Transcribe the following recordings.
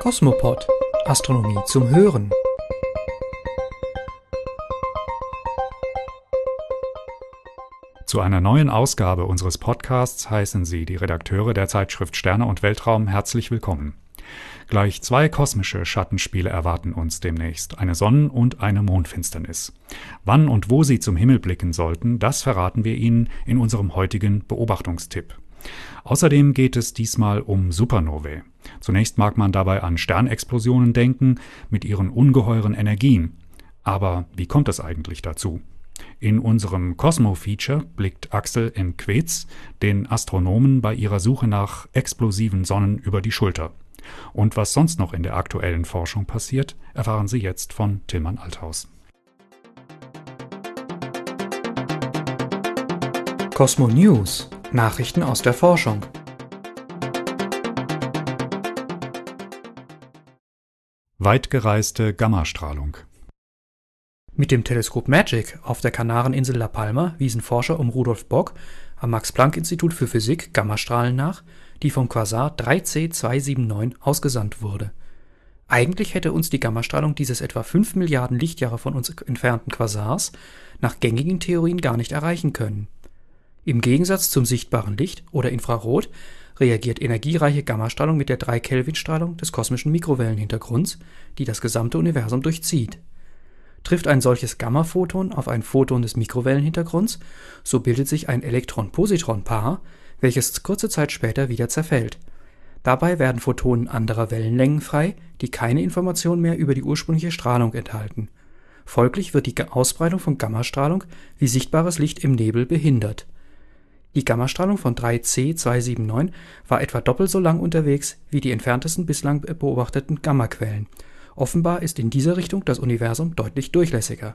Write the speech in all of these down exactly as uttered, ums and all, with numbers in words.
Kosmopod – Astronomie zum Hören. Zu einer neuen Ausgabe unseres Podcasts heißen Sie, die Redakteure der Zeitschrift Sterne und Weltraum, herzlich willkommen. Gleich zwei kosmische Schattenspiele erwarten uns demnächst, eine Sonnen- und eine Mondfinsternis. Wann und wo Sie zum Himmel blicken sollten, das verraten wir Ihnen in unserem heutigen Beobachtungstipp. Außerdem geht es diesmal um Supernovae. Zunächst mag man dabei an Sternexplosionen denken, mit ihren ungeheuren Energien. Aber wie kommt es eigentlich dazu? In unserem Cosmo-Feature blickt Axel M. Quetz den Astronomen bei ihrer Suche nach explosiven Sonnen über die Schulter. Und was sonst noch in der aktuellen Forschung passiert, erfahren Sie jetzt von Tilman Althaus. Cosmo News – Nachrichten aus der Forschung. Weitgereiste Gammastrahlung. Mit dem Teleskop MAGIC auf der Kanareninsel La Palma wiesen Forscher um Rudolf Bock am Max-Planck-Institut für Physik Gammastrahlen nach, die vom Quasar drei C zwei sieben neun ausgesandt wurde. Eigentlich hätte uns die Gammastrahlung dieses etwa fünf Milliarden Lichtjahre von uns entfernten Quasars nach gängigen Theorien gar nicht erreichen können. Im Gegensatz zum sichtbaren Licht oder Infrarot reagiert energiereiche Gammastrahlung mit der drei Kelvin Strahlung des kosmischen Mikrowellenhintergrunds, die das gesamte Universum durchzieht. Trifft ein solches Gammaphoton auf ein Photon des Mikrowellenhintergrunds, so bildet sich ein Elektron-Positron-Paar, welches kurze Zeit später wieder zerfällt. Dabei werden Photonen anderer Wellenlängen frei, die keine Information mehr über die ursprüngliche Strahlung enthalten. Folglich wird die Ausbreitung von Gammastrahlung wie sichtbares Licht im Nebel behindert. Die Gammastrahlung von drei C zwei sieben neun war etwa doppelt so lang unterwegs wie die entferntesten bislang beobachteten Gammaquellen. Offenbar ist in dieser Richtung das Universum deutlich durchlässiger.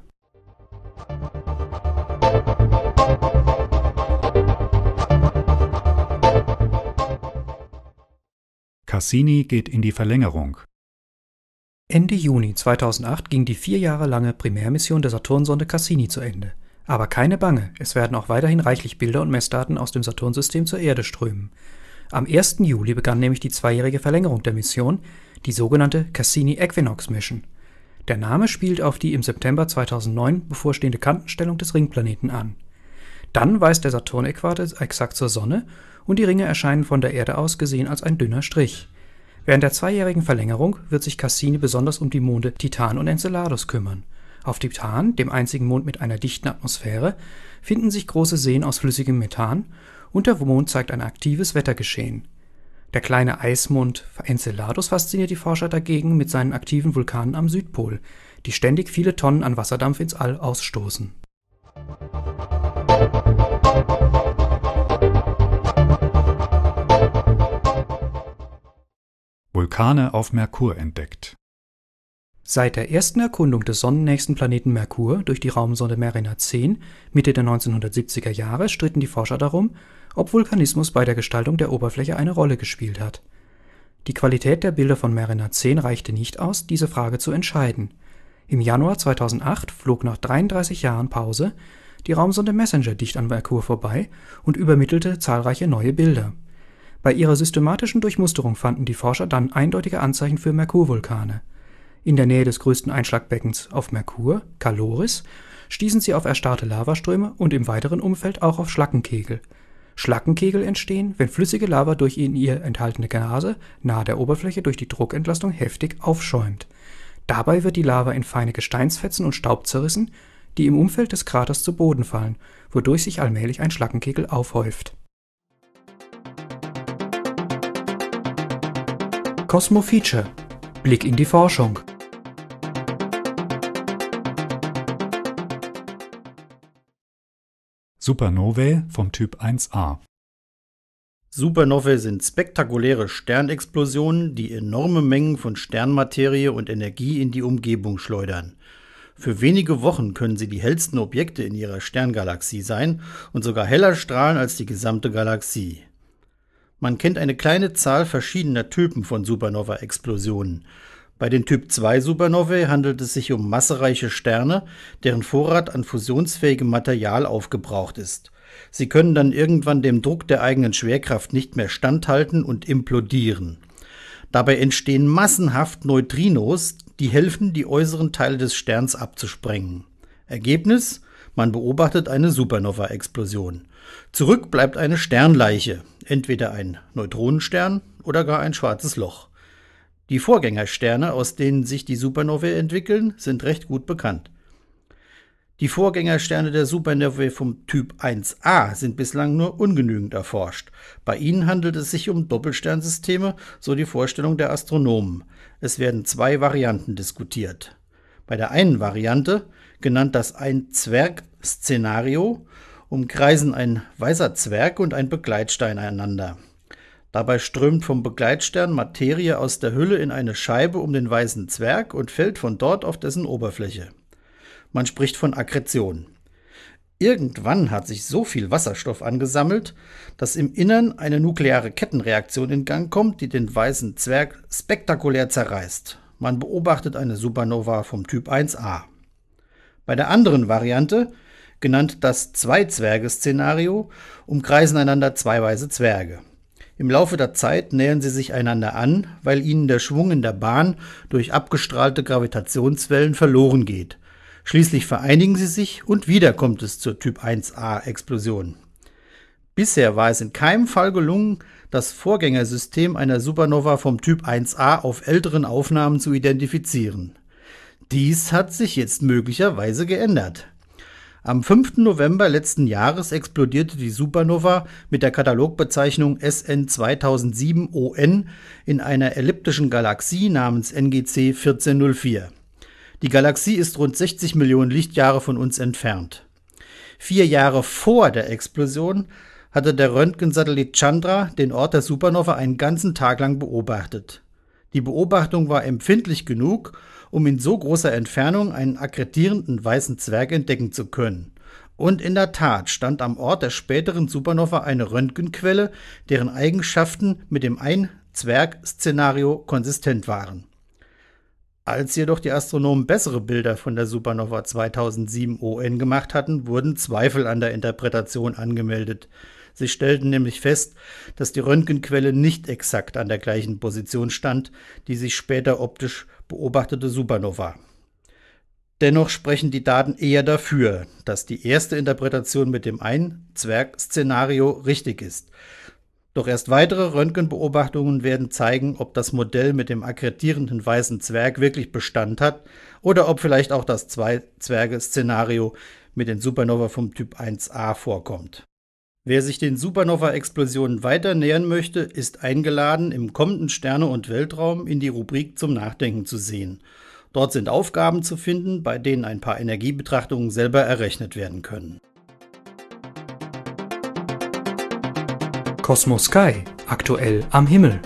Cassini geht in die Verlängerung. Ende Juni zweitausendacht ging die vier Jahre lange Primärmission der Saturnsonde Cassini zu Ende. Aber keine Bange, es werden auch weiterhin reichlich Bilder und Messdaten aus dem Saturnsystem zur Erde strömen. Am ersten Juli begann nämlich die zweijährige Verlängerung der Mission, die sogenannte Cassini Equinox Mission. Der Name spielt auf die im September zweitausendneun bevorstehende Kantenstellung des Ringplaneten an. Dann weist der Saturn-Äquator exakt zur Sonne und die Ringe erscheinen von der Erde aus gesehen als ein dünner Strich. Während der zweijährigen Verlängerung wird sich Cassini besonders um die Monde Titan und Enceladus kümmern. Auf Titan, dem einzigen Mond mit einer dichten Atmosphäre, finden sich große Seen aus flüssigem Methan und der Mond zeigt ein aktives Wettergeschehen. Der kleine Eismond Enceladus fasziniert die Forscher dagegen mit seinen aktiven Vulkanen am Südpol, die ständig viele Tonnen an Wasserdampf ins All ausstoßen. Vulkane auf Merkur entdeckt. Seit der ersten Erkundung des sonnennächsten Planeten Merkur durch die Raumsonde Mariner zehn Mitte der neunzehnhundertsiebziger Jahre stritten die Forscher darum, ob Vulkanismus bei der Gestaltung der Oberfläche eine Rolle gespielt hat. Die Qualität der Bilder von Mariner zehn reichte nicht aus, diese Frage zu entscheiden. Im Januar zweitausendacht flog nach dreiunddreißig Jahren Pause die Raumsonde Messenger dicht an Merkur vorbei und übermittelte zahlreiche neue Bilder. Bei ihrer systematischen Durchmusterung fanden die Forscher dann eindeutige Anzeichen für Merkurvulkane. In der Nähe des größten Einschlagbeckens auf Merkur, Caloris, stießen sie auf erstarrte Lavaströme und im weiteren Umfeld auch auf Schlackenkegel. Schlackenkegel entstehen, wenn flüssige Lava durch in ihr enthaltene Gase nahe der Oberfläche durch die Druckentlastung heftig aufschäumt. Dabei wird die Lava in feine Gesteinsfetzen und Staub zerrissen, die im Umfeld des Kraters zu Boden fallen, wodurch sich allmählich ein Schlackenkegel aufhäuft. Cosmo Feature – Blick in die Forschung. Supernovae vom Typ eins a. Supernovae sind spektakuläre Sternexplosionen, die enorme Mengen von Sternmaterie und Energie in die Umgebung schleudern. Für wenige Wochen können sie die hellsten Objekte in ihrer Sterngalaxie sein und sogar heller strahlen als die gesamte Galaxie. Man kennt eine kleine Zahl verschiedener Typen von Supernova-Explosionen. Bei den Typ zwei Supernovae handelt es sich um massereiche Sterne, deren Vorrat an fusionsfähigem Material aufgebraucht ist. Sie können dann irgendwann dem Druck der eigenen Schwerkraft nicht mehr standhalten und implodieren. Dabei entstehen massenhaft Neutrinos, die helfen, die äußeren Teile des Sterns abzusprengen. Ergebnis: Man beobachtet eine Supernova-Explosion. Zurück bleibt eine Sternleiche, entweder ein Neutronenstern oder gar ein schwarzes Loch. Die Vorgängersterne, aus denen sich die Supernovae entwickeln, sind recht gut bekannt. Die Vorgängersterne der Supernovae vom Typ eins a sind bislang nur ungenügend erforscht. Bei ihnen handelt es sich um Doppelsternsysteme, so die Vorstellung der Astronomen. Es werden zwei Varianten diskutiert. Bei der einen Variante, genannt das Ein-Zwerg-Szenario, umkreisen ein weißer Zwerg und ein Begleitstein einander. Dabei strömt vom Begleitstern Materie aus der Hülle in eine Scheibe um den weißen Zwerg und fällt von dort auf dessen Oberfläche. Man spricht von Akkretion. Irgendwann hat sich so viel Wasserstoff angesammelt, dass im Innern eine nukleare Kettenreaktion in Gang kommt, die den weißen Zwerg spektakulär zerreißt. Man beobachtet eine Supernova vom Typ eins a. Bei der anderen Variante, genannt das Zwei-Zwerge-Szenario, umkreisen einander zwei weiße Zwerge. Im Laufe der Zeit nähern sie sich einander an, weil ihnen der Schwung in der Bahn durch abgestrahlte Gravitationswellen verloren geht. Schließlich vereinigen sie sich und wieder kommt es zur Typ eins a-Explosion. Bisher war es in keinem Fall gelungen, das Vorgängersystem einer Supernova vom Typ eins a auf älteren Aufnahmen zu identifizieren. Dies hat sich jetzt möglicherweise geändert. Am fünften November letzten Jahres explodierte die Supernova mit der Katalogbezeichnung S N zweitausendsieben O N in einer elliptischen Galaxie namens N G C vierzehn null vier. Die Galaxie ist rund sechzig Millionen Lichtjahre von uns entfernt. Vier Jahre vor der Explosion hatte der Röntgensatellit Chandra den Ort der Supernova einen ganzen Tag lang beobachtet. Die Beobachtung war empfindlich genug, um in so großer Entfernung einen akkretierenden weißen Zwerg entdecken zu können. Und in der Tat stand am Ort der späteren Supernova eine Röntgenquelle, deren Eigenschaften mit dem Ein-Zwerg-Szenario konsistent waren. Als jedoch die Astronomen bessere Bilder von der Supernova zweitausendsieben O N gemacht hatten, wurden Zweifel an der Interpretation angemeldet. Sie stellten nämlich fest, dass die Röntgenquelle nicht exakt an der gleichen Position stand, die sich später optisch beobachtete Supernova. Dennoch sprechen die Daten eher dafür, dass die erste Interpretation mit dem Ein-Zwerg-Szenario richtig ist. Doch erst weitere Röntgenbeobachtungen werden zeigen, ob das Modell mit dem akkretierenden weißen Zwerg wirklich Bestand hat oder ob vielleicht auch das Zwei-Zwerge-Szenario mit den Supernova vom Typ eins a vorkommt. Wer sich den Supernova-Explosionen weiter nähern möchte, ist eingeladen, im kommenden Sterne und Weltraum in die Rubrik zum Nachdenken zu sehen. Dort sind Aufgaben zu finden, bei denen ein paar Energiebetrachtungen selber errechnet werden können. Cosmos Sky, aktuell am Himmel.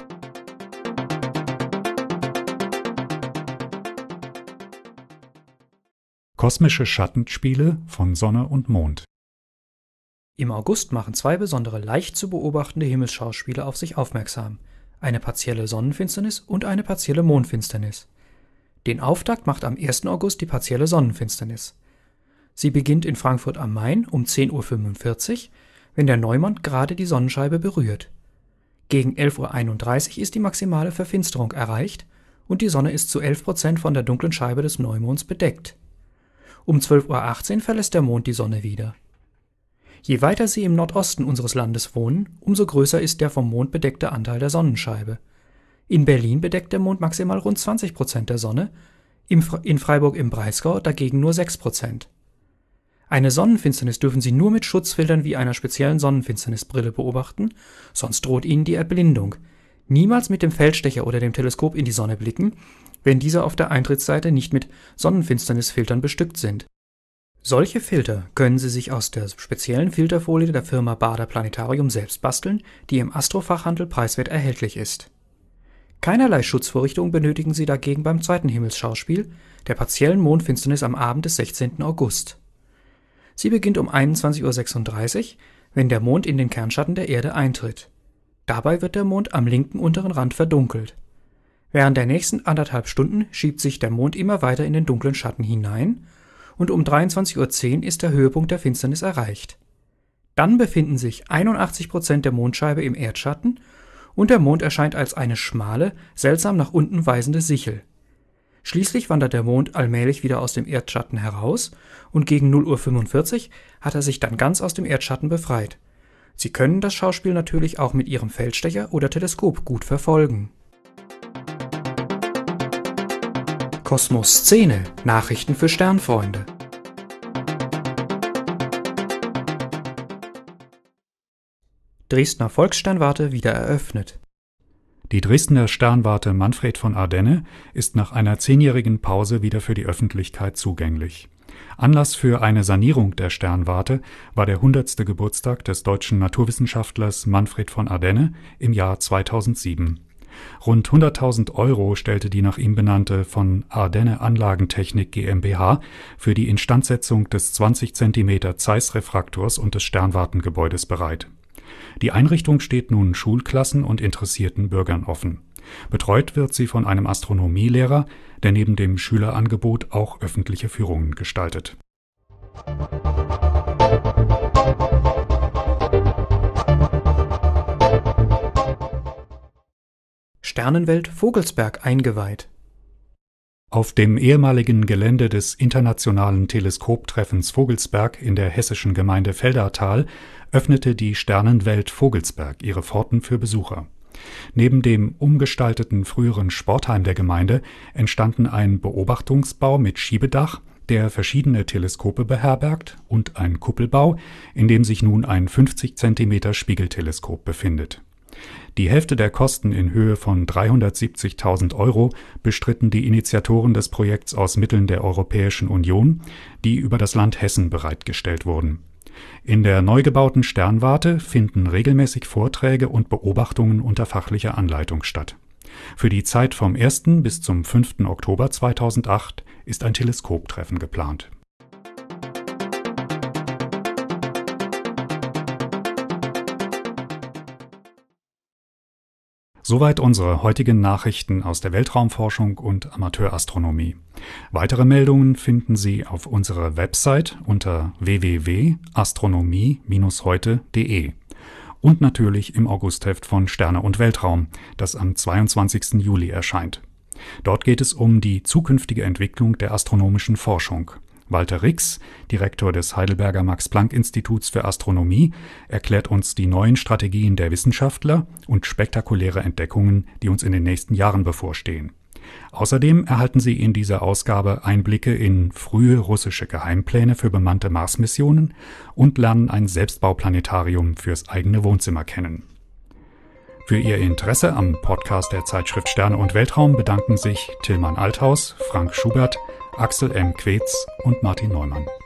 Kosmische Schattenspiele von Sonne und Mond. Im August machen zwei besondere leicht zu beobachtende Himmelsschauspiele auf sich aufmerksam: eine partielle Sonnenfinsternis und eine partielle Mondfinsternis. Den Auftakt macht am ersten August die partielle Sonnenfinsternis. Sie beginnt in Frankfurt am Main um zehn Uhr fünfundvierzig, wenn der Neumond gerade die Sonnenscheibe berührt. Gegen elf Uhr einunddreißig ist die maximale Verfinsterung erreicht und die Sonne ist zu elf Prozent von der dunklen Scheibe des Neumonds bedeckt. Um zwölf Uhr achtzehn verlässt der Mond die Sonne wieder. Je weiter Sie im Nordosten unseres Landes wohnen, umso größer ist der vom Mond bedeckte Anteil der Sonnenscheibe. In Berlin bedeckt der Mond maximal rund zwanzig Prozent der Sonne, in Freiburg im Breisgau dagegen nur sechs Prozent. Eine Sonnenfinsternis dürfen Sie nur mit Schutzfiltern wie einer speziellen Sonnenfinsternisbrille beobachten, sonst droht Ihnen die Erblindung. Niemals mit dem Feldstecher oder dem Teleskop in die Sonne blicken, wenn diese auf der Eintrittsseite nicht mit Sonnenfinsternisfiltern bestückt sind. Solche Filter können Sie sich aus der speziellen Filterfolie der Firma Baader Planetarium selbst basteln, die im Astrofachhandel preiswert erhältlich ist. Keinerlei Schutzvorrichtungen benötigen Sie dagegen beim zweiten Himmelsschauspiel, der partiellen Mondfinsternis am Abend des sechzehnten August. Sie beginnt um einundzwanzig Uhr sechsunddreißig, wenn der Mond in den Kernschatten der Erde eintritt. Dabei wird der Mond am linken unteren Rand verdunkelt. Während der nächsten anderthalb Stunden schiebt sich der Mond immer weiter in den dunklen Schatten hinein und um dreiundzwanzig Uhr zehn ist der Höhepunkt der Finsternis erreicht. Dann befinden sich einundachtzig Prozent der Mondscheibe im Erdschatten und der Mond erscheint als eine schmale, seltsam nach unten weisende Sichel. Schließlich wandert der Mond allmählich wieder aus dem Erdschatten heraus und gegen null Uhr fünfundvierzig hat er sich dann ganz aus dem Erdschatten befreit. Sie können das Schauspiel natürlich auch mit Ihrem Feldstecher oder Teleskop gut verfolgen. Kosmos Szene – Nachrichten für Sternfreunde. Dresdner Volkssternwarte wieder eröffnet. Die Dresdner Sternwarte Manfred von Ardenne ist nach einer zehnjährigen Pause wieder für die Öffentlichkeit zugänglich. Anlass für eine Sanierung der Sternwarte war der hundertste Geburtstag des deutschen Naturwissenschaftlers Manfred von Ardenne im Jahr zweitausendsieben. Rund hunderttausend Euro stellte die nach ihm benannte von Ardenne Anlagentechnik GmbH für die Instandsetzung des zwanzig Zentimeter Zeiss-Refraktors und des Sternwartengebäudes bereit. Die Einrichtung steht nun Schulklassen und interessierten Bürgern offen. Betreut wird sie von einem Astronomielehrer, der neben dem Schülerangebot auch öffentliche Führungen gestaltet. Sternenwelt Vogelsberg eingeweiht. Auf dem ehemaligen Gelände des Internationalen Teleskoptreffens Vogelsberg in der hessischen Gemeinde Feldatal öffnete die Sternenwelt Vogelsberg ihre Pforten für Besucher. Neben dem umgestalteten früheren Sportheim der Gemeinde entstanden ein Beobachtungsbau mit Schiebedach, der verschiedene Teleskope beherbergt, und ein Kuppelbau, in dem sich nun ein fünfzig Zentimeter Spiegelteleskop befindet. Die Hälfte der Kosten in Höhe von dreihundertsiebzigtausend Euro bestritten die Initiatoren des Projekts aus Mitteln der Europäischen Union, die über das Land Hessen bereitgestellt wurden. In der neu gebauten Sternwarte finden regelmäßig Vorträge und Beobachtungen unter fachlicher Anleitung statt. Für die Zeit vom ersten bis zum fünften Oktober zweitausendacht ist ein Teleskoptreffen geplant. Soweit unsere heutigen Nachrichten aus der Weltraumforschung und Amateurastronomie. Weitere Meldungen finden Sie auf unserer Website unter w w w punkt astronomie Bindestrich heute punkt de und natürlich im Augustheft von Sterne und Weltraum, das am zweiundzwanzigsten Juli erscheint. Dort geht es um die zukünftige Entwicklung der astronomischen Forschung. Walter Rix, Direktor des Heidelberger Max-Planck-Instituts für Astronomie, erklärt uns die neuen Strategien der Wissenschaftler und spektakuläre Entdeckungen, die uns in den nächsten Jahren bevorstehen. Außerdem erhalten Sie in dieser Ausgabe Einblicke in frühe russische Geheimpläne für bemannte Mars-Missionen und lernen ein Selbstbauplanetarium fürs eigene Wohnzimmer kennen. Für Ihr Interesse am Podcast der Zeitschrift Sterne und Weltraum bedanken sich Tillmann Althaus, Frank Schubert, Axel M. Quetz und Martin Neumann.